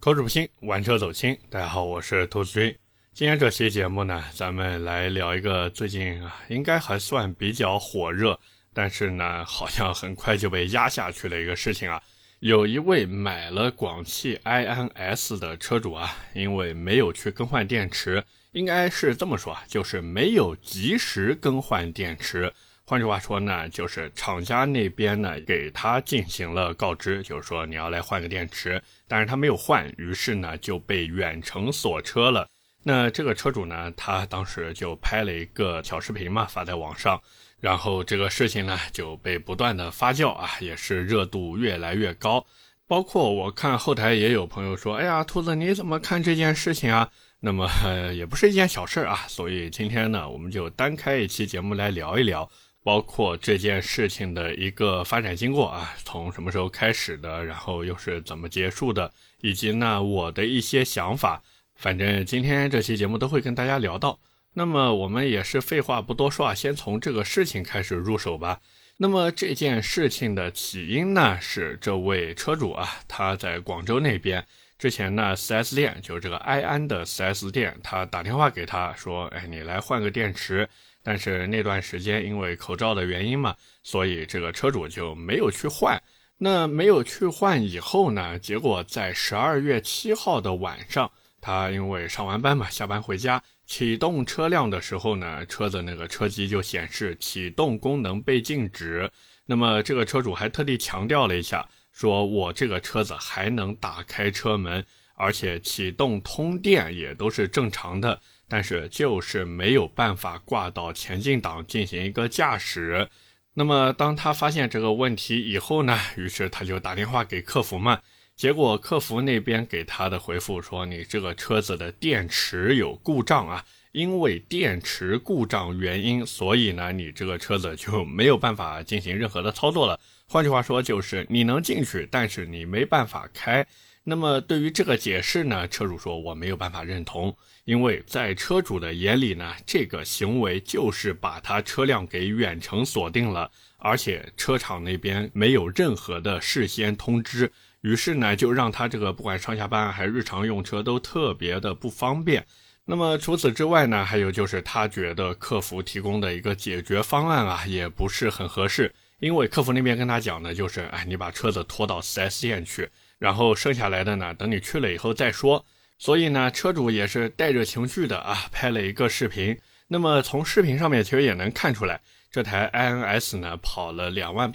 口齿不清，玩车走心。大家好，我是兔子君。今天这期节目呢，咱们来聊一个最近应该还算比较火热，但是呢好像很快就被压下去的一个事情啊。有一位买了广汽 INS 的车主啊，因为没有去更换电池，应该是这么说啊，就是没有及时更换电池。换句话说呢，就是厂家那边呢给他进行了告知，就是说你要来换个电池，但是他没有换，于是呢就被远程锁车了。那这个车主呢，他当时就拍了一个小视频嘛，发在网上，然后这个事情呢就被不断的发酵啊，也是热度越来越高。包括我看后台也有朋友说，哎呀，兔子你怎么看这件事情啊？那么也不是一件小事啊，所以今天呢我们就单开一期节目来聊一聊，包括这件事情的一个发展经过啊，从什么时候开始的，然后又是怎么结束的，以及呢我的一些想法。反正今天这期节目都会跟大家聊到。那么我们也是废话不多说啊，先从这个事情开始入手吧。那么这件事情的起因呢，是这位车主啊，他在广州那边之前呢 4S 店，就是这个埃安的 4S 店，他打电话给他说，哎，你来换个电池。但是那段时间因为口罩的原因嘛，所以这个车主就没有去换。那没有去换以后呢，结果在12月7号的晚上，他因为上完班嘛，下班回家启动车辆的时候呢，车子那个车机就显示启动功能被禁止。那么这个车主还特地强调了一下，说我这个车子还能打开车门，而且启动通电也都是正常的，但是就是没有办法挂到前进档进行一个驾驶。那么当他发现这个问题以后呢，于是他就打电话给客服嘛，结果客服那边给他的回复说，你这个车子的电池有故障啊，因为电池故障原因，所以呢你这个车子就没有办法进行任何的操作了。换句话说就是你能进去，但是你没办法开。那么对于这个解释呢，车主说我没有办法认同，因为在车主的眼里呢，这个行为就是把他车辆给远程锁定了，而且车厂那边没有任何的事先通知，于是呢就让他这个不管上下班还是日常用车都特别的不方便。那么除此之外呢，还有就是他觉得客服提供的一个解决方案啊也不是很合适，因为客服那边跟他讲的就是哎，你把车子拖到 4S 店去，然后剩下来的呢等你去了以后再说。所以呢车主也是带着情绪的啊拍了一个视频。那么从视频上面其实也能看出来，这台 INS 呢跑了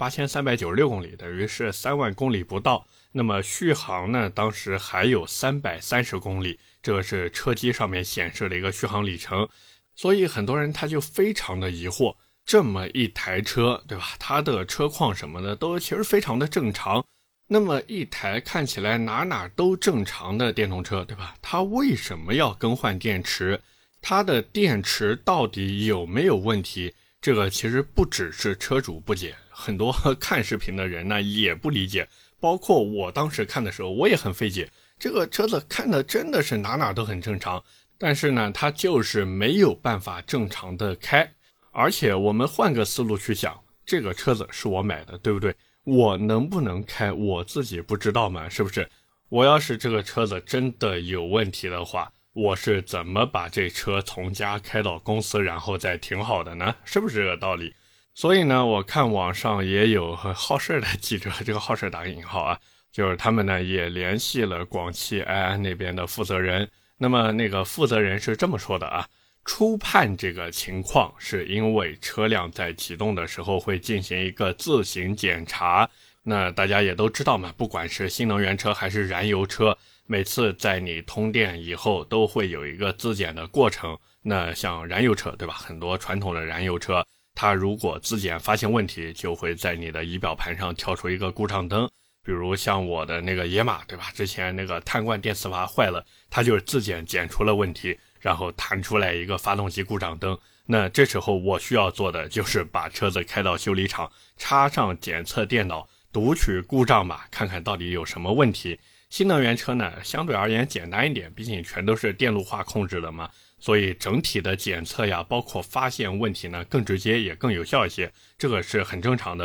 28396公里，等于是3万公里不到。那么续航呢当时还有330公里，这个是车机上面显示的一个续航里程。所以很多人他就非常的疑惑，这么一台车对吧，它的车况什么的都其实非常的正常，那么一台看起来哪都正常的电动车对吧，它为什么要更换电池？它的电池到底有没有问题？这个其实不只是车主不解，很多看视频的人呢也不理解，包括我当时看的时候我也很费解，这个车子看的真的是哪都很正常，但是呢它就是没有办法正常的开。而且我们换个思路去想，这个车子是我买的对不对，我能不能开我自己不知道吗？是不是？我要是这个车子真的有问题的话，我是怎么把这车从家开到公司然后再停好的呢？是不是这个道理？所以呢我看网上也有好事的记者，这个好事打引号啊，就是他们呢也联系了广汽埃安那边的负责人。那么那个负责人是这么说的啊，初判这个情况是因为车辆在启动的时候会进行一个自行检查。那大家也都知道嘛，不管是新能源车还是燃油车，每次在你通电以后都会有一个自检的过程。那像燃油车对吧，很多传统的燃油车，它如果自检发现问题，就会在你的仪表盘上跳出一个故障灯。比如像我的那个野马对吧，之前那个碳罐电磁阀坏了，它就是自检检出了问题，然后弹出来一个发动机故障灯。那这时候我需要做的就是把车子开到修理厂，插上检测电脑，读取故障码，看看到底有什么问题。新能源车呢相对而言简单一点，毕竟全都是电路化控制的嘛，所以整体的检测呀包括发现问题呢更直接也更有效一些，这个是很正常的。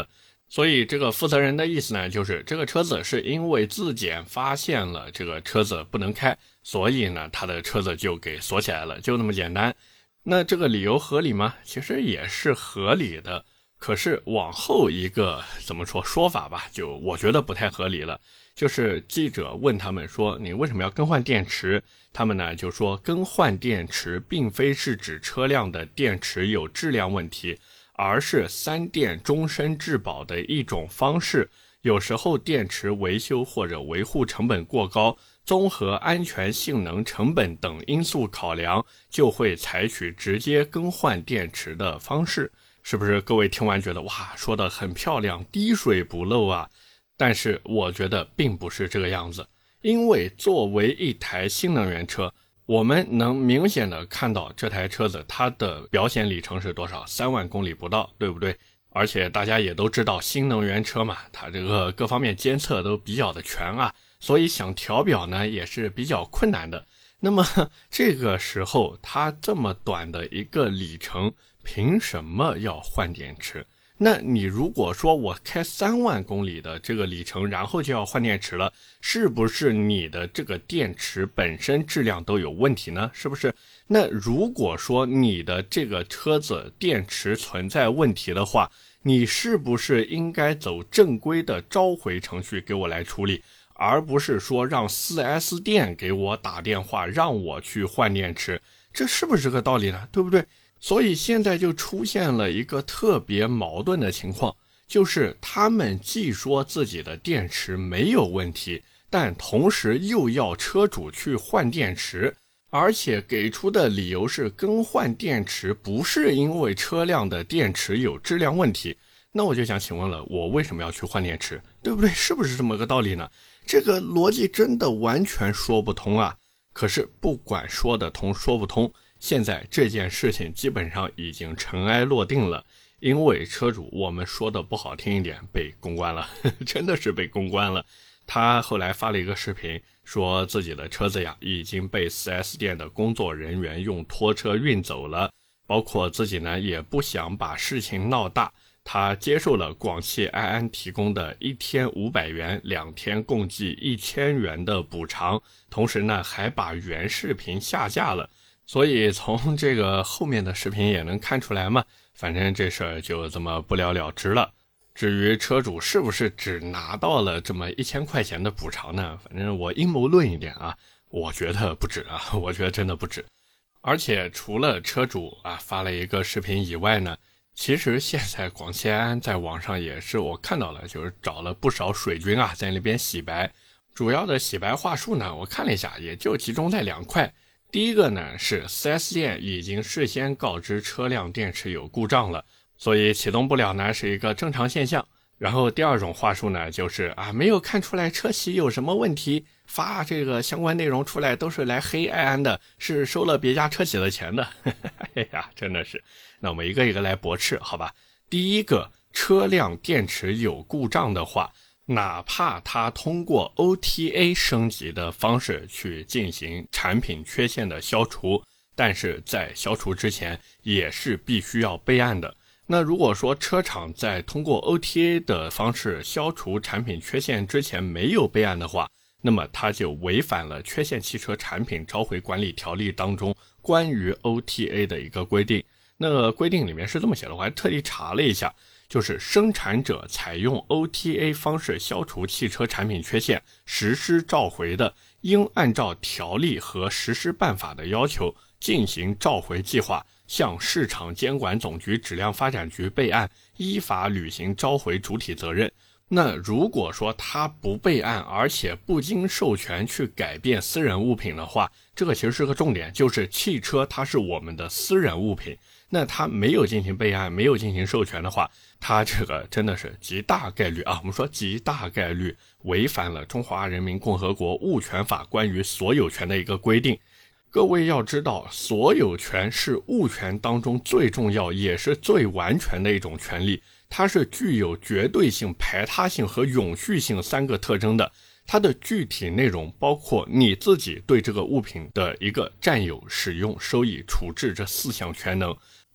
所以这个负责人的意思呢，就是这个车子是因为自检发现了这个车子不能开，所以呢他的车子就给锁起来了，就那么简单。那这个理由合理吗？其实也是合理的，可是往后一个怎么说法吧，就我觉得不太合理了。就是记者问他们说，你为什么要更换电池？他们呢就说，更换电池并非是指车辆的电池有质量问题，而是三电终身质保的一种方式。有时候电池维修或者维护成本过高，综合安全、性能、成本等因素考量，就会采取直接更换电池的方式。是不是各位听完觉得哇，说得很漂亮，滴水不漏啊？但是我觉得并不是这个样子，因为作为一台新能源车，我们能明显的看到这台车子它的表显里程是多少？3万公里不到，对不对？而且大家也都知道新能源车嘛，它这个各方面监测都比较的全啊，所以想调表呢也是比较困难的。那么这个时候它这么短的一个里程，凭什么要换电池？那你如果说我开3万公里的这个里程，然后就要换电池了，是不是你的这个电池本身质量都有问题呢？是不是？那如果说你的这个车子电池存在问题的话，你是不是应该走正规的召回程序给我来处理，而不是说让 4S 店给我打电话让我去换电池？这是不是这个道理呢？对不对？所以现在就出现了一个特别矛盾的情况，就是他们既说自己的电池没有问题，但同时又要车主去换电池，而且给出的理由是更换电池不是因为车辆的电池有质量问题。那我就想请问了，我为什么要去换电池？对不对？是不是这么个道理呢？这个逻辑真的完全说不通啊。可是不管说得通说不通，现在这件事情基本上已经尘埃落定了，因为车主，我们说的不好听一点，被公关了真的是被公关了。他后来发了一个视频，说自己的车子呀已经被 4S 店的工作人员用拖车运走了，包括自己呢也不想把事情闹大，他接受了广汽埃安提供的1天500元，2天共计1000元的补偿，同时呢还把原视频下架了。所以从这个后面的视频也能看出来嘛，反正这事儿就这么不了了之了。至于车主是不是只拿到了这么1000块钱的补偿呢？反正我阴谋论一点啊，我觉得不止啊，我觉得真的不止。而且除了车主啊发了一个视频以外呢，其实现在广汽埃安在网上也是我看到了，就是找了不少水军啊在那边洗白。主要的洗白话术呢，我看了一下，也就集中在2块。第一个呢是 4S 店已经事先告知车辆电池有故障了，所以启动不了呢是一个正常现象。然后第二种话术呢就是没有看出来车企有什么问题，发这个相关内容出来都是来黑埃安的，是收了别家车企的钱的哎呀，真的是。那我们一个一个来驳斥好吧。第一个，车辆电池有故障的话，哪怕它通过 OTA 升级的方式去进行产品缺陷的消除，但是在消除之前也是必须要备案的。那如果说车厂在通过 OTA 的方式消除产品缺陷之前没有备案的话，那么它就违反了缺陷汽车产品召回管理条例当中关于 OTA 的一个规定。那个规定里面是这么写的，我还特地查了一下，就是生产者采用 OTA 方式消除汽车产品缺陷实施召回的，应按照条例和实施办法的要求进行召回计划，向市场监管总局质量发展局备案，依法履行召回主体责任。那如果说他不备案，而且不经授权去改变私人物品的话，这个其实是个重点，就是汽车它是我们的私人物品，那他没有进行备案，没有进行授权的话，他这个真的是极大概率我们说极大概率违反了中华人民共和国物权法关于所有权的一个规定。各位要知道，所有权是物权当中最重要也是最完全的一种权利，它是具有绝对性、排他性和永续性3个特征的。它的具体内容包括你自己对这个物品的一个占有、使用、收益、处置这4项权能，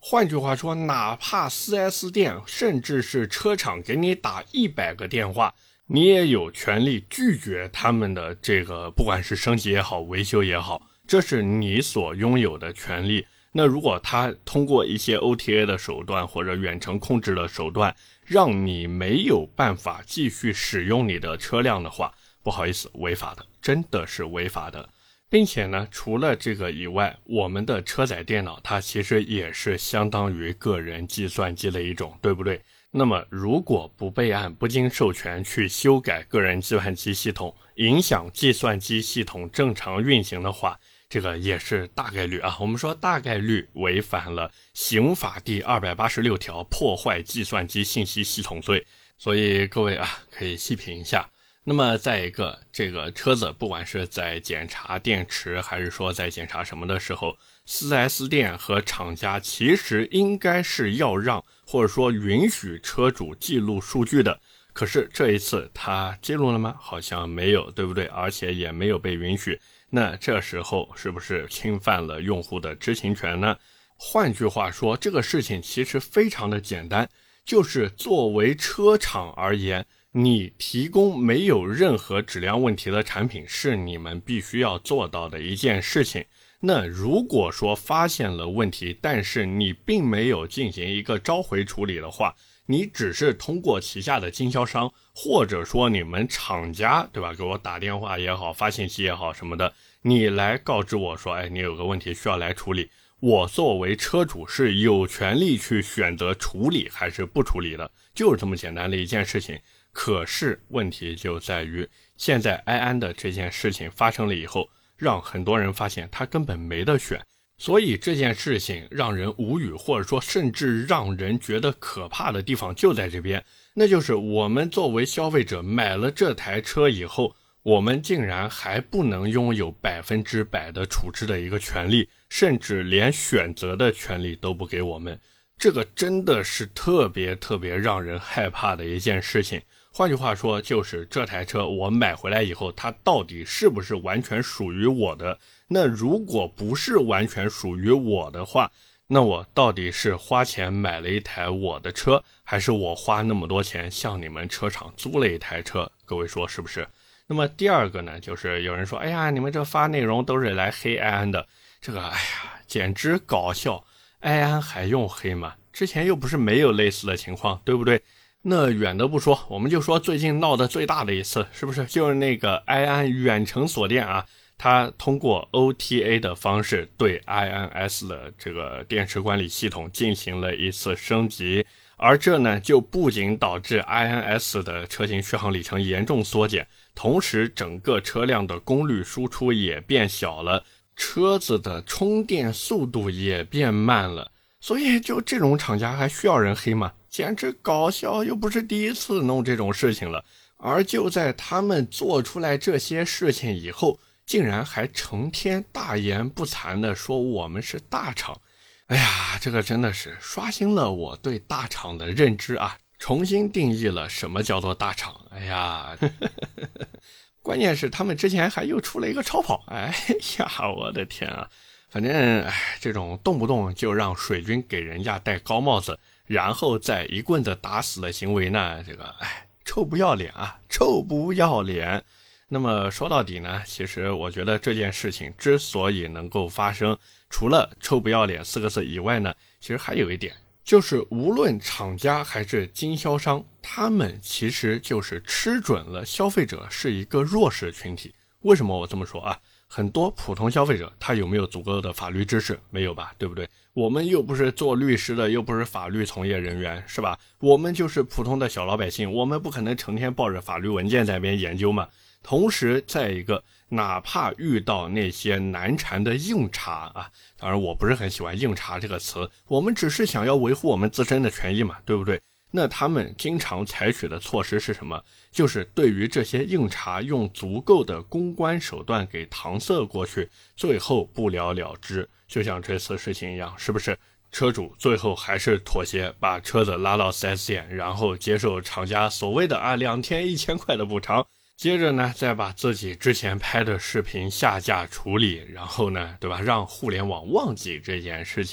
换句话说，哪怕 4S 店甚至是车厂给你打100个电话，你也有权利拒绝他们的这个不管是升级也好维修也好，这是你所拥有的权利。那如果他通过一些 OTA 的手段或者远程控制的手段让你没有办法继续使用你的车辆的话，不好意思，违法的，真的是违法的。并且呢，除了这个以外，我们的车载电脑它其实也是相当于个人计算机的一种，对不对？那么如果不备案不经授权去修改个人计算机系统，影响计算机系统正常运行的话，这个也是大概率啊，我们说大概率违反了刑法第286条破坏计算机信息系统罪。所以各位啊，可以细品一下。那么再一个，这个车子不管是在检查电池还是说在检查什么的时候， 4S 店和厂家其实应该是要让或者说允许车主记录数据的。可是这一次他记录了吗？好像没有，对不对？而且也没有被允许。那这时候是不是侵犯了用户的知情权呢？换句话说，这个事情其实非常的简单，就是作为车厂而言，你提供没有任何质量问题的产品是你们必须要做到的一件事情。那如果说发现了问题，但是你并没有进行一个召回处理的话，你只是通过旗下的经销商或者说你们厂家，对吧，给我打电话也好，发信息也好什么的，你来告知我说，你有个问题需要来处理，我作为车主是有权利去选择处理还是不处理的，就是这么简单的一件事情。可是问题就在于，现在埃安的这件事情发生了以后，让很多人发现他根本没得选。所以这件事情让人无语，或者说甚至让人觉得可怕的地方就在这边，那就是我们作为消费者买了这台车以后，我们竟然还不能拥有100%的处置的一个权利，甚至连选择的权利都不给我们。这个真的是特别让人害怕的一件事情。换句话说，就是这台车我买回来以后，它到底是不是完全属于我的？那如果不是完全属于我的话，那我到底是花钱买了一台我的车，还是我花那么多钱向你们车厂租了一台车？各位说是不是？那么第二个呢，就是有人说，哎呀，你们这发内容都是来黑埃安的，这个简直搞笑。埃安还用黑吗？之前又不是没有类似的情况，对不对？那远的不说，我们就说最近闹得最大的一次，是不是就是那个埃安远程锁店啊？它通过 OTA 的方式对 INS 的这个电池管理系统进行了一次升级，而这呢就不仅导致 INS 的车型续航里程严重缩减，同时整个车辆的功率输出也变小了，车子的充电速度也变慢了。所以就这种厂家还需要人黑吗？简直搞笑，又不是第一次弄这种事情了。而就在他们做出来这些事情以后，竟然还成天大言不惭的说我们是大厂。哎呀，这个真的是刷新了我对大厂的认知啊，重新定义了什么叫做大厂。哎呀关键是他们之前还又出了一个超跑。哎呀，我的天啊，反正这种动不动就让水军给人家戴高帽子，然后再一棍子打死的行为呢，这个臭不要脸啊，臭不要脸。那么说到底呢，其实我觉得这件事情之所以能够发生，除了臭不要脸4个字以外呢，其实还有一点，就是无论厂家还是经销商，他们其实就是吃准了消费者是一个弱势群体。为什么我这么说啊？很多普通消费者他有没有足够的法律知识？没有吧，对不对？我们又不是做律师的，又不是法律从业人员，是吧？我们就是普通的小老百姓，我们不可能成天抱着法律文件在那边研究嘛。同时再一个，哪怕遇到那些难缠的硬茬啊，当然我不是很喜欢硬茬这个词，我们只是想要维护我们自身的权益嘛，对不对？那他们经常采取的措施是什么？就是对于这些硬茬用足够的公关手段给搪塞过去，最后不了了之。就像这次事情一样，是不是车主最后还是妥协，把车子拉到 4S 店，然后接受厂家所谓的2天1000块的补偿，接着呢再把自己之前拍的视频下架处理，然后呢，对吧，让互联网忘记这件事情。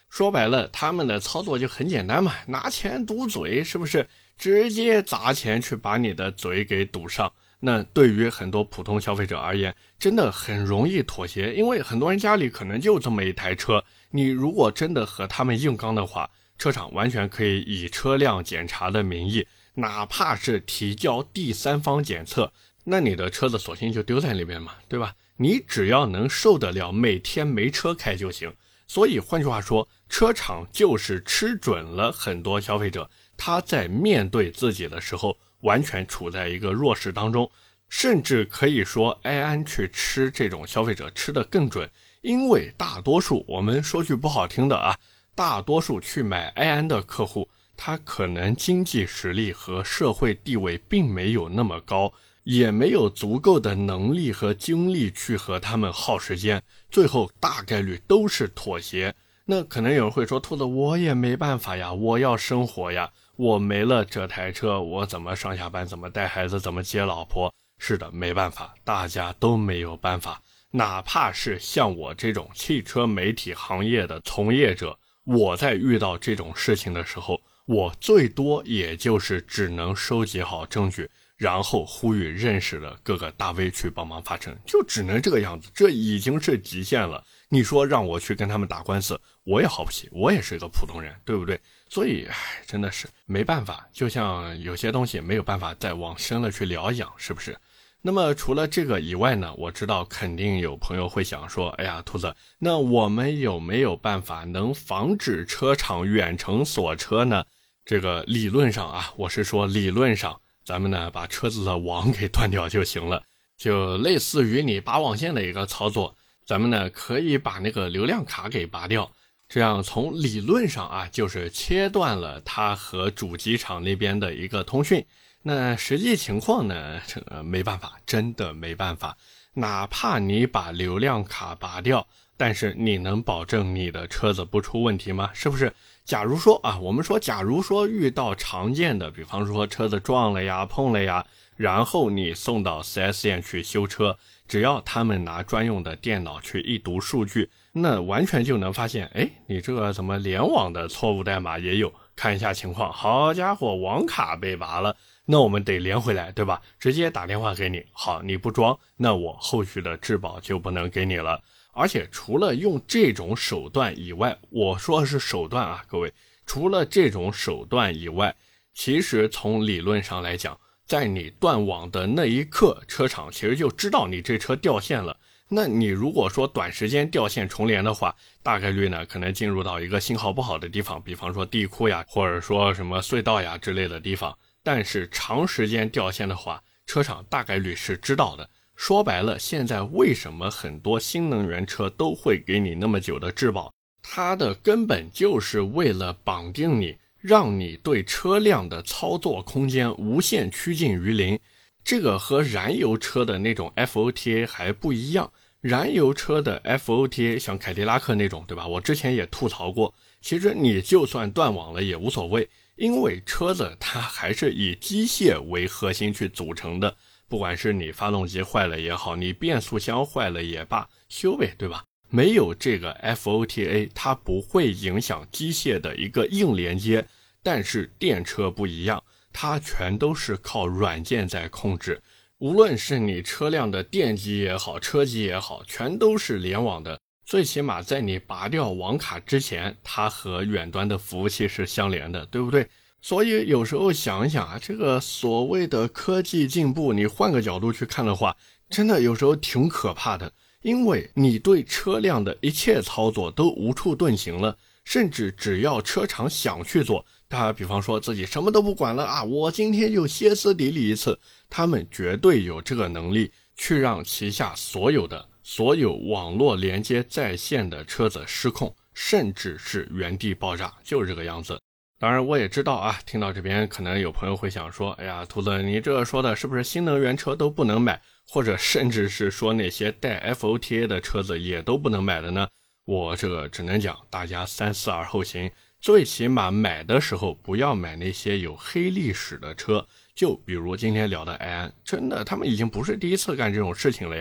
说白了，他们的操作就很简单嘛，拿钱堵嘴，是不是？直接砸钱去把你的嘴给堵上。那对于很多普通消费者而言，真的很容易妥协，因为很多人家里可能就这么一台车，你如果真的和他们硬刚的话，车厂完全可以以车辆检查的名义，哪怕是提交第三方检测，那你的车子索性就丢在那边嘛，对吧？你只要能受得了每天没车开就行。所以换句话说，车厂就是吃准了很多消费者，他在面对自己的时候完全处在一个弱势当中，甚至可以说埃安去吃这种消费者吃得更准。因为大多数，我们说句不好听的啊，大多数去买埃安的客户，他可能经济实力和社会地位并没有那么高，也没有足够的能力和精力去和他们耗时间，最后大概率都是妥协。那可能有人会说，兔子我也没办法呀，我要生活呀，我没了这台车，我怎么上下班，怎么带孩子，怎么接老婆？是的，没办法，大家都没有办法。哪怕是像我这种汽车媒体行业的从业者，我在遇到这种事情的时候，我最多也就是只能收集好证据，然后呼吁认识的各个大 V 去帮忙发声，就只能这个样子，这已经是极限了。你说让我去跟他们打官司，我也耗不起，我也是一个普通人，对不对？所以真的是没办法，就像有些东西没有办法再往深了去聊一样，是不是？那么除了这个以外呢，我知道肯定有朋友会想说，哎呀，兔子，那我们有没有办法能防止车厂远程锁车呢？这个理论上啊，我是说理论上，咱们呢把车子的网给断掉就行了，就类似于你拔网线的一个操作，咱们呢可以把那个流量卡给拔掉，这样从理论上啊，就是切断了它和主机厂那边的一个通讯。那实际情况呢，没办法，真的没办法。哪怕你把流量卡拔掉，但是你能保证你的车子不出问题吗？是不是？假如说啊，我们说假如说遇到常见的，比方说车子撞了呀，碰了呀，然后你送到 4S 店去修车，只要他们拿专用的电脑去一读数据，那完全就能发现，哎，你这个怎么联网的错误代码也有，看一下情况，好家伙，网卡被拔了，那我们得连回来，对吧？直接打电话给你，好，你不装，那我后续的质保就不能给你了。而且除了用这种手段以外，我说的是手段啊，各位，除了这种手段以外，其实从理论上来讲，在你断网的那一刻，车厂其实就知道你这车掉线了。那你如果说短时间掉线重连的话，大概率呢可能进入到一个信号不好的地方，比方说地库呀，或者说什么隧道呀之类的地方。但是长时间掉线的话，车厂大概率是知道的。说白了，现在为什么很多新能源车都会给你那么久的质保？它的根本就是为了绑定你，让你对车辆的操作空间无限趋近于零。这个和燃油车的那种 FOTA 还不一样。燃油车的 FOTA 像凯迪拉克那种，对吧？我之前也吐槽过，其实你就算断网了也无所谓，因为车子它还是以机械为核心去组成的，不管是你发动机坏了也好，你变速箱坏了也罢，修呗，对吧？没有这个 FOTA， 它不会影响机械的一个硬连接，但是电车不一样，它全都是靠软件在控制，无论是你车辆的电机也好，车机也好，全都是联网的。最起码在你拔掉网卡之前，它和远端的服务器是相连的，对不对？所以有时候想一想啊，这个所谓的科技进步，你换个角度去看的话，真的有时候挺可怕的。因为你对车辆的一切操作都无处遁形了，甚至只要车厂想去做，他比方说自己什么都不管了啊，我今天就歇斯底里一次，他们绝对有这个能力去让旗下所有网络连接在线的车子失控，甚至是原地爆炸，就是这个样子。当然我也知道啊，听到这边可能有朋友会想说，哎呀，兔子你这说的是不是新能源车都不能买，或者甚至是说那些带 FOTA 的车子也都不能买的呢？我这个只能讲大家三思而后行，最起码买的时候不要买那些有黑历史的车，就比如今天聊的埃安，真的他们已经不是第一次干这种事情了呀，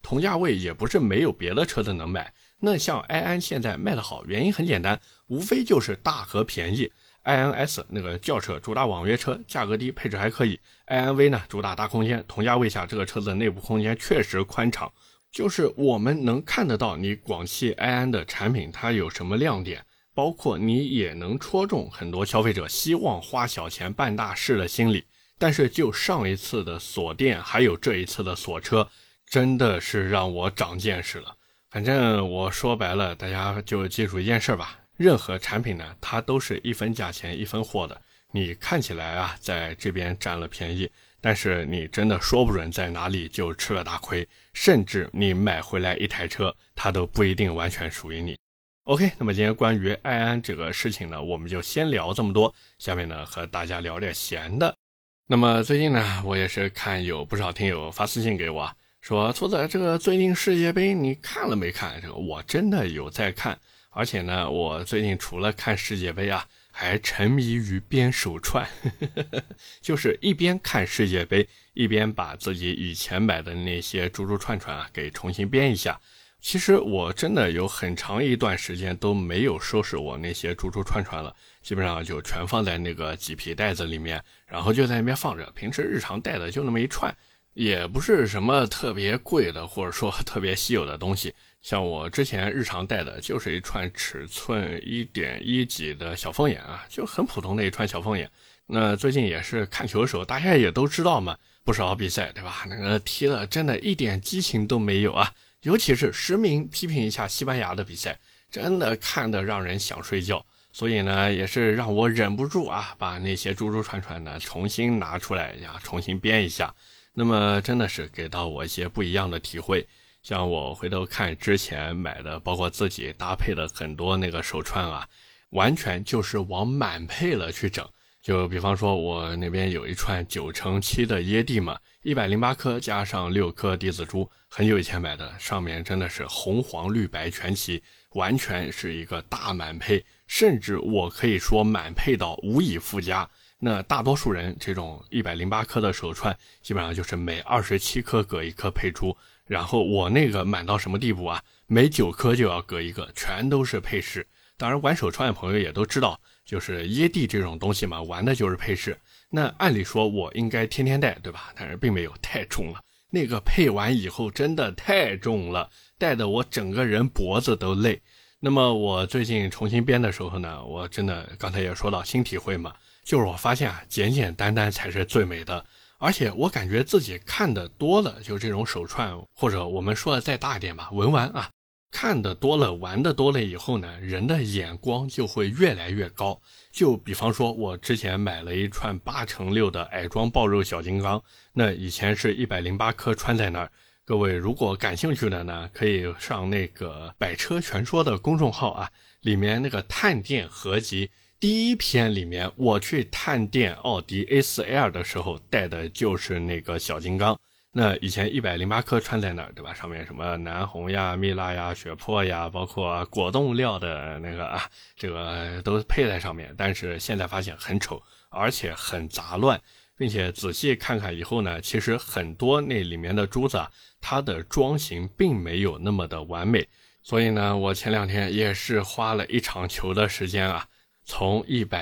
同价位也不是没有别的车子能买。那像埃安现在卖得好，原因很简单，无非就是大和便宜。埃安 S 那个轿车主打网约车，价格低，配置还可以。埃安 V 呢主打大空间，同价位下这个车子内部空间确实宽敞。就是我们能看得到你广汽埃安的产品它有什么亮点，包括你也能戳中很多消费者希望花小钱办大事的心理。但是就上一次的锁店还有这一次的锁车，真的是让我长见识了。反正我说白了，大家就记住一件事吧，任何产品呢它都是一分价钱一分货的。你看起来啊在这边占了便宜，但是你真的说不准在哪里就吃了大亏，甚至你买回来一台车它都不一定完全属于你。OK， 那么今天关于埃安这个事情呢，我们就先聊这么多，下面呢和大家聊点闲的。那么最近呢，我也是看有不少听友发私信给我，说兔子这个最近世界杯你看了没看？这个我真的有在看，而且呢，我最近除了看世界杯啊，还沉迷于编手串，就是一边看世界杯，一边把自己以前买的那些珠珠串串啊给重新编一下。其实我真的有很长一段时间都没有收拾我那些珠珠串串了，基本上就全放在那个麂皮袋子里面，然后就在那边放着，平时日常带的就那么一串，也不是什么特别贵的或者说特别稀有的东西。像我之前日常带的就是一串尺寸 1.1 几的小凤眼啊，就很普通的一串小凤眼。那最近也是看球的时候，大家也都知道嘛，不少比赛对吧，那个踢的真的一点激情都没有啊，尤其是实名批评一下西班牙的比赛，真的看得让人想睡觉。所以呢也是让我忍不住啊，把那些珠珠串串呢重新拿出来呀，重新编一下。那么真的是给到我一些不一样的体会。像我回头看之前买的，包括自己搭配的很多那个手串啊，完全就是往满配了去整。就比方说我那边有一串9×7的椰蒂嘛，108颗加上6颗滴子珠，很久以前买的，上面真的是红黄绿白全齐，完全是一个大满配，甚至我可以说满配到无以复加。那大多数人这种108颗的手串基本上就是每27颗搁一颗配珠，然后我那个满到什么地步啊，每9颗就要搁一个，全都是配饰。当然玩手串的朋友也都知道，就是椰蒂这种东西嘛，玩的就是配饰。那按理说我应该天天戴对吧，但是并没有，太重了，那个配完以后真的太重了，戴得我整个人脖子都累。那么我最近重新编的时候呢，我真的刚才也说到新体会嘛，就是我发现啊，简简单单才是最美的。而且我感觉自己看得多了，就这种手串，或者我们说的再大一点吧，文玩啊，看得多了玩得多了以后呢，人的眼光就会越来越高。就比方说我之前买了一串8×6的矮装爆肉小金刚，那以前是108颗穿在那儿，各位如果感兴趣的呢，可以上那个百车全说的公众号啊，里面那个探店合集第一篇里面，我去探店奥迪 A4L 的时候带的就是那个小金刚。那以前108颗穿在那儿对吧，上面什么南红呀、蜜蜡呀、血泊呀，包括果冻料的那个啊，这个都配在上面，但是现在发现很丑，而且很杂乱，并且仔细看看以后呢，其实很多那里面的珠子啊，它的装型并没有那么的完美。所以呢，我前2天也是花了一场球的时间啊，从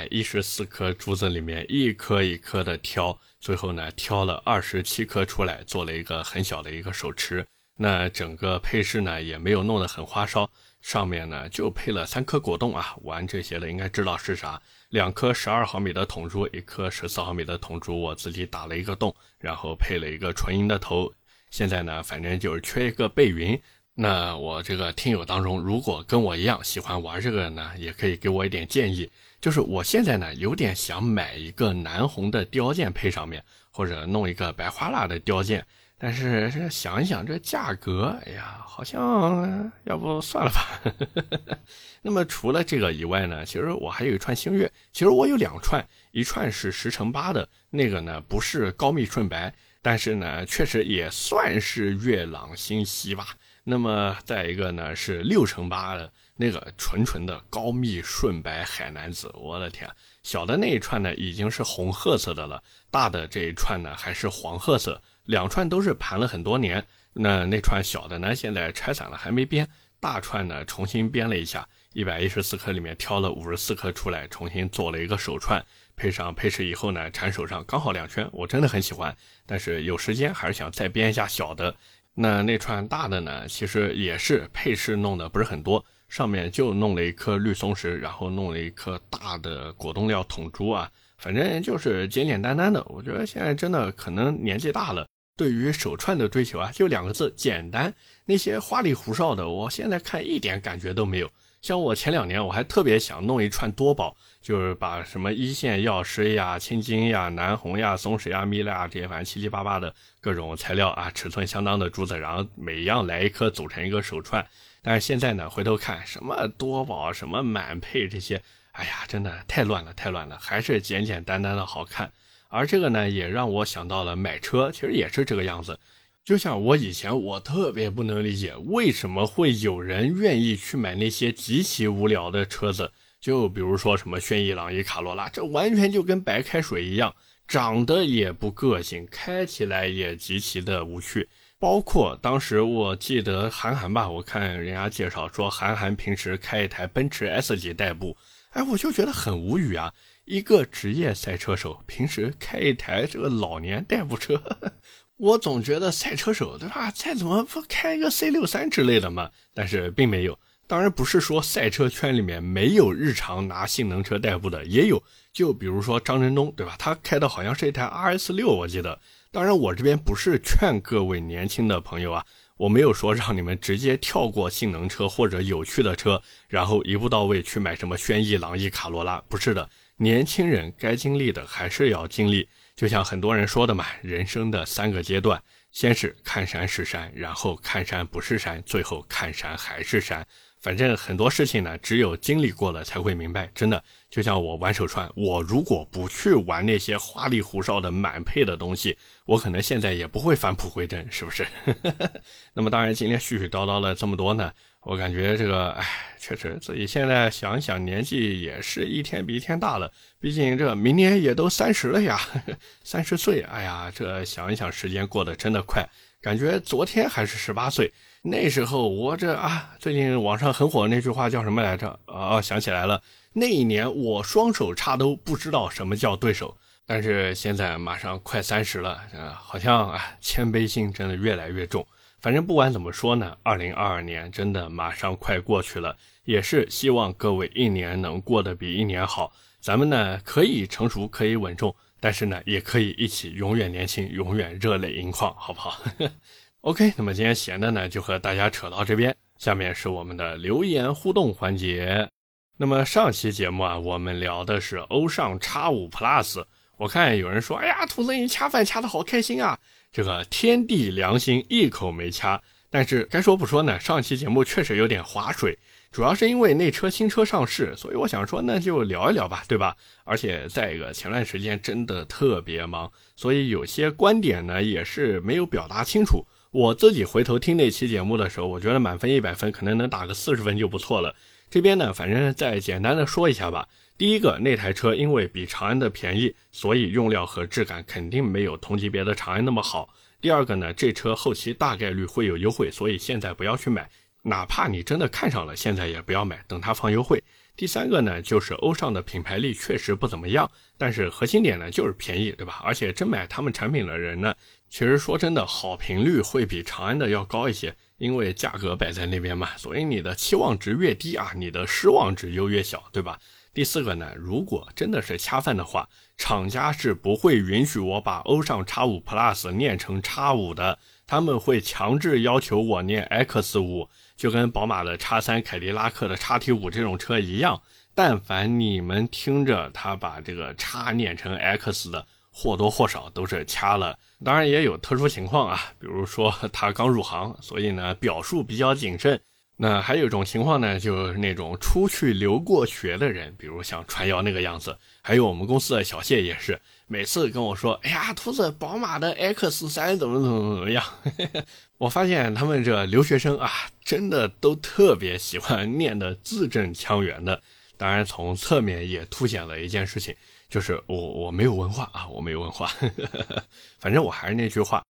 114颗珠子里面一颗一颗的挑，最后呢挑了27颗出来，做了一个很小的一个手持。那整个配饰呢也没有弄得很花哨，上面呢就配了3颗果冻啊，玩这些的应该知道是啥，2颗12毫米的筒珠，1颗14毫米的筒珠，我自己打了一个洞，然后配了一个纯银的头。现在呢反正就是缺一个背云。那我这个听友当中，如果跟我一样喜欢玩这个呢，也可以给我一点建议。就是我现在呢有点想买一个南红的雕件配上面，或者弄一个白花蜡的雕件，但是这想一想这价格，哎呀，好像要不算了吧。那么除了这个以外呢，其实我还有一串星月，其实我有2串，一串是10×8的，那个呢不是高密顺白，但是呢确实也算是月朗星稀吧。那么再一个呢是6×8的那个纯纯的高密顺白海南子，我的天，小的那一串呢已经是红褐色的了，大的这一串呢还是黄褐色，2串都是盘了很多年， 那串小的呢，现在拆散了还没编，大串呢重新编了一下，114颗里面挑了54颗出来，重新做了一个手串，配上配饰以后呢，缠手上刚好2圈，我真的很喜欢。但是有时间还是想再编一下小的。那串大的呢，其实也是配饰弄的不是很多，上面就弄了一颗绿松石，然后弄了一颗大的果冻料筒珠啊，反正就是简简单单的。我觉得现在真的可能年纪大了，对于手串的追求啊，就2个字，简单。那些花里胡哨的，我现在看一点感觉都没有。像我前2年我还特别想弄一串多宝，就是把什么一线药师呀、青金呀、南红呀、松石呀、蜜蜡呀这些反正七七八八的各种材料啊，尺寸相当的珠子，然后每一样来一颗组成一个手串。但是现在呢，回头看什么多宝、什么满配这些，哎呀，真的太乱了，太乱了，还是简简单单的好看。而这个呢，也让我想到了买车，其实也是这个样子。就像我以前我特别不能理解为什么会有人愿意去买那些极其无聊的车子，就比如说什么轩逸、朗逸、卡罗拉，这完全就跟白开水一样，长得也不个性，开起来也极其的无趣。包括当时我记得韩寒吧，我看人家介绍说韩寒平时开一台奔驰 S 级代步，我就觉得很无语啊，一个职业赛车手平时开一台这个老年代步车我总觉得赛车手对吧，再怎么不开一个 C63 之类的嘛，但是并没有。当然不是说赛车圈里面没有日常拿性能车代步的，也有，就比如说张振东对吧，他开的好像是一台 RS6 我记得。当然我这边不是劝各位年轻的朋友啊，我没有说让你们直接跳过性能车或者有趣的车，然后一步到位去买什么轩逸、朗逸、卡罗拉，不是的，年轻人该经历的还是要经历。就像很多人说的嘛，人生的3个阶段，先是看山是山，然后看山不是山，最后看山还是山。反正很多事情呢，只有经历过了才会明白，真的。就像我玩手串，我如果不去玩那些花里胡哨的满配的东西，我可能现在也不会返璞归真，是不是那么当然今天絮絮叨叨了这么多呢，我感觉这个确实自己现在想一想年纪也是一天比一天大了，毕竟这明年也都30了呀30岁，哎呀，这想一想时间过得真的快，感觉昨天还是18岁，那时候我最近网上很火的那句话叫什么来着？想起来了，那一年我双手插都不知道什么叫对手。但是现在马上快30了，好像谦卑心真的越来越重。反正不管怎么说呢，2022年真的马上快过去了，也是希望各位一年能过得比一年好。咱们呢可以成熟，可以稳重，但是呢也可以一起永远年轻，永远热泪盈眶，好不好OK， 那么今天闲的呢就和大家扯到这边，下面是我们的留言互动环节。那么上期节目我们聊的是欧尚 X5 Plus， 我看有人说，哎呀，兔子你掐饭掐得好开心啊，这个天地良心一口没掐。但是该说不说呢，上期节目确实有点划水，主要是因为那车新车上市，所以我想说那就聊一聊吧，对吧？而且再一个前段时间真的特别忙，所以有些观点呢也是没有表达清楚。我自己回头听那期节目的时候，我觉得满分100分可能能打个40分就不错了。这边呢反正再简单的说一下吧。第一个，那台车因为比长安的便宜，所以用料和质感肯定没有同级别的长安那么好。第二个呢，这车后期大概率会有优惠，所以现在不要去买，哪怕你真的看上了，现在也不要买，等它放优惠。第三个呢，就是欧尚的品牌力确实不怎么样，但是核心点呢就是便宜，对吧？而且真买他们产品的人呢，其实说真的，好评率会比长安的要高一些，因为价格摆在那边嘛，所以你的期望值越低你的失望值就越小，对吧？第四个呢，如果真的是恰饭的话，厂家是不会允许我把欧尚 X5 Plus 念成 X5 的，他们会强制要求我念 X5， 就跟宝马的 X3、凯迪拉克的 XT5 这种车一样，但凡你们听着他把这个 X 念成 X 的，或多或少都是掐了。当然也有特殊情况比如说他刚入行，所以呢表述比较谨慎。那还有一种情况呢，就是那种出去留过学的人，比如像传谣那个样子。还有我们公司的小谢也是，每次跟我说，哎呀，兔子宝马的 X3 怎么样我发现他们这留学生真的都特别喜欢念的字正腔圆的。当然从侧面也凸显了一件事情，就是我没有文化我没有文化反正我还是那句话，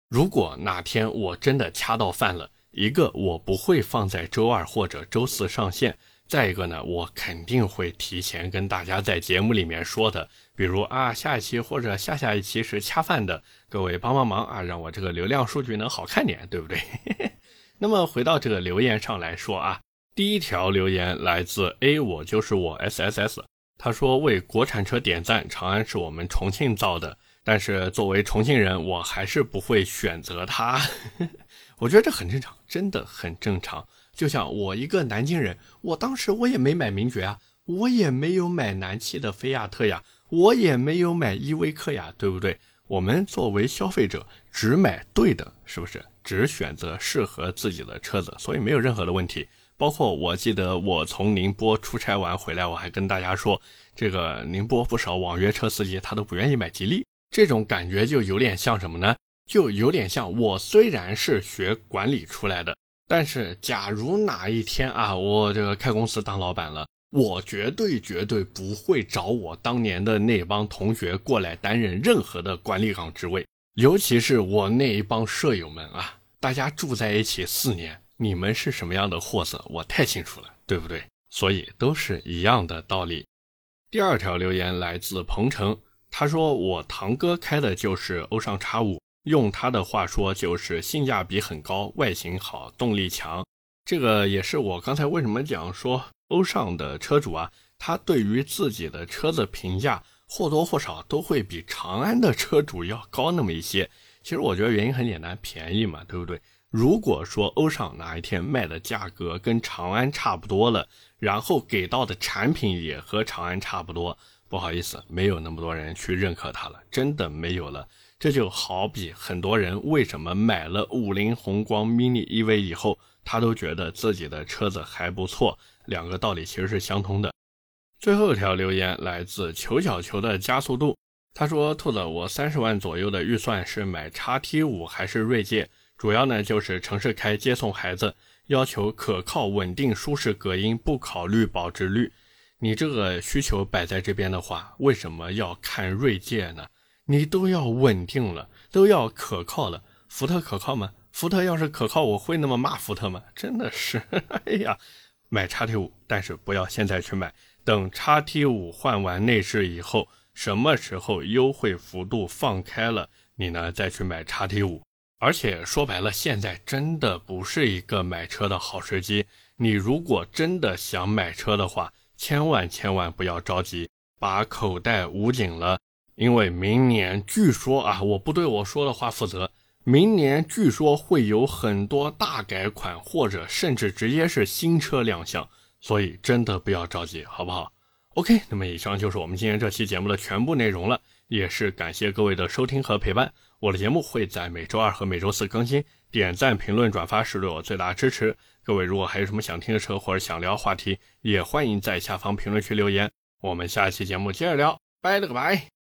如果哪天我真的掐到饭了，一个我不会放在周二或者周四上线，再一个呢，我肯定会提前跟大家在节目里面说的，比如下一期或者下一期是掐饭的，各位帮忙让我这个流量数据能好看点，对不对？那么回到这个留言上来说第一条留言来自 A 我就是我 SSS， 他说为国产车点赞，长安是我们重庆造的，但是作为重庆人，我还是不会选择它。我觉得这很正常，真的很正常。就像我一个南京人，我当时我也没买名爵我也没有买南汽的菲亚特呀，我也没有买依维柯呀，对不对？我们作为消费者，只买对的，是不是？只选择适合自己的车子，所以没有任何的问题。包括我记得我从宁波出差完回来，我还跟大家说，这个宁波不少网约车司机他都不愿意买吉利，这种感觉就有点像什么呢？就有点像我虽然是学管理出来的，但是假如哪一天我这个开公司当老板了，我绝对不会找我当年的那帮同学过来担任任何的管理岗职位，尤其是我那一帮舍友们大家住在一起4年，你们是什么样的货色我太清楚了，对不对？所以都是一样的道理。第二条留言来自鹏程，他说我堂哥开的就是欧尚 X5，用他的话说就是性价比很高，外形好，动力强。这个也是我刚才为什么讲说欧尚的车主他对于自己的车子评价或多或少都会比长安的车主要高那么一些。其实我觉得原因很简单，便宜嘛，对不对？如果说欧尚哪一天卖的价格跟长安差不多了，然后给到的产品也和长安差不多，不好意思，没有那么多人去认可它了，真的没有了。这就好比很多人为什么买了50宏光 mini EV 以后，他都觉得自己的车子还不错，两个道理其实是相通的。最后一条留言来自球小球的加速度，他说兔子，我30万左右的预算是买 XT5 还是锐界，主要呢就是城市开接送孩子，要求可靠稳定舒适隔音，不考虑保值率。你这个需求摆在这边的话，为什么要看锐界呢？你都要稳定了，都要可靠了，福特可靠吗？福特要是可靠，我会那么骂福特吗？真的是哎呀，买 XT5 但是不要现在去买，等 XT5 换完内饰以后，什么时候优惠幅度放开了，你呢再去买 XT5。 而且说白了，现在真的不是一个买车的好时机，你如果真的想买车的话，千万不要着急，把口袋捂紧了。因为明年据说我不对我说的话负责，明年据说会有很多大改款，或者甚至直接是新车亮相，所以真的不要着急，好不好？ OK， 那么以上就是我们今天这期节目的全部内容了，也是感谢各位的收听和陪伴。我的节目会在每周二和每周四更新，点赞评论转发是对我最大的支持。各位如果还有什么想听的车或者想聊话题，也欢迎在下方评论区留言，我们下期节目接着聊，拜了个拜。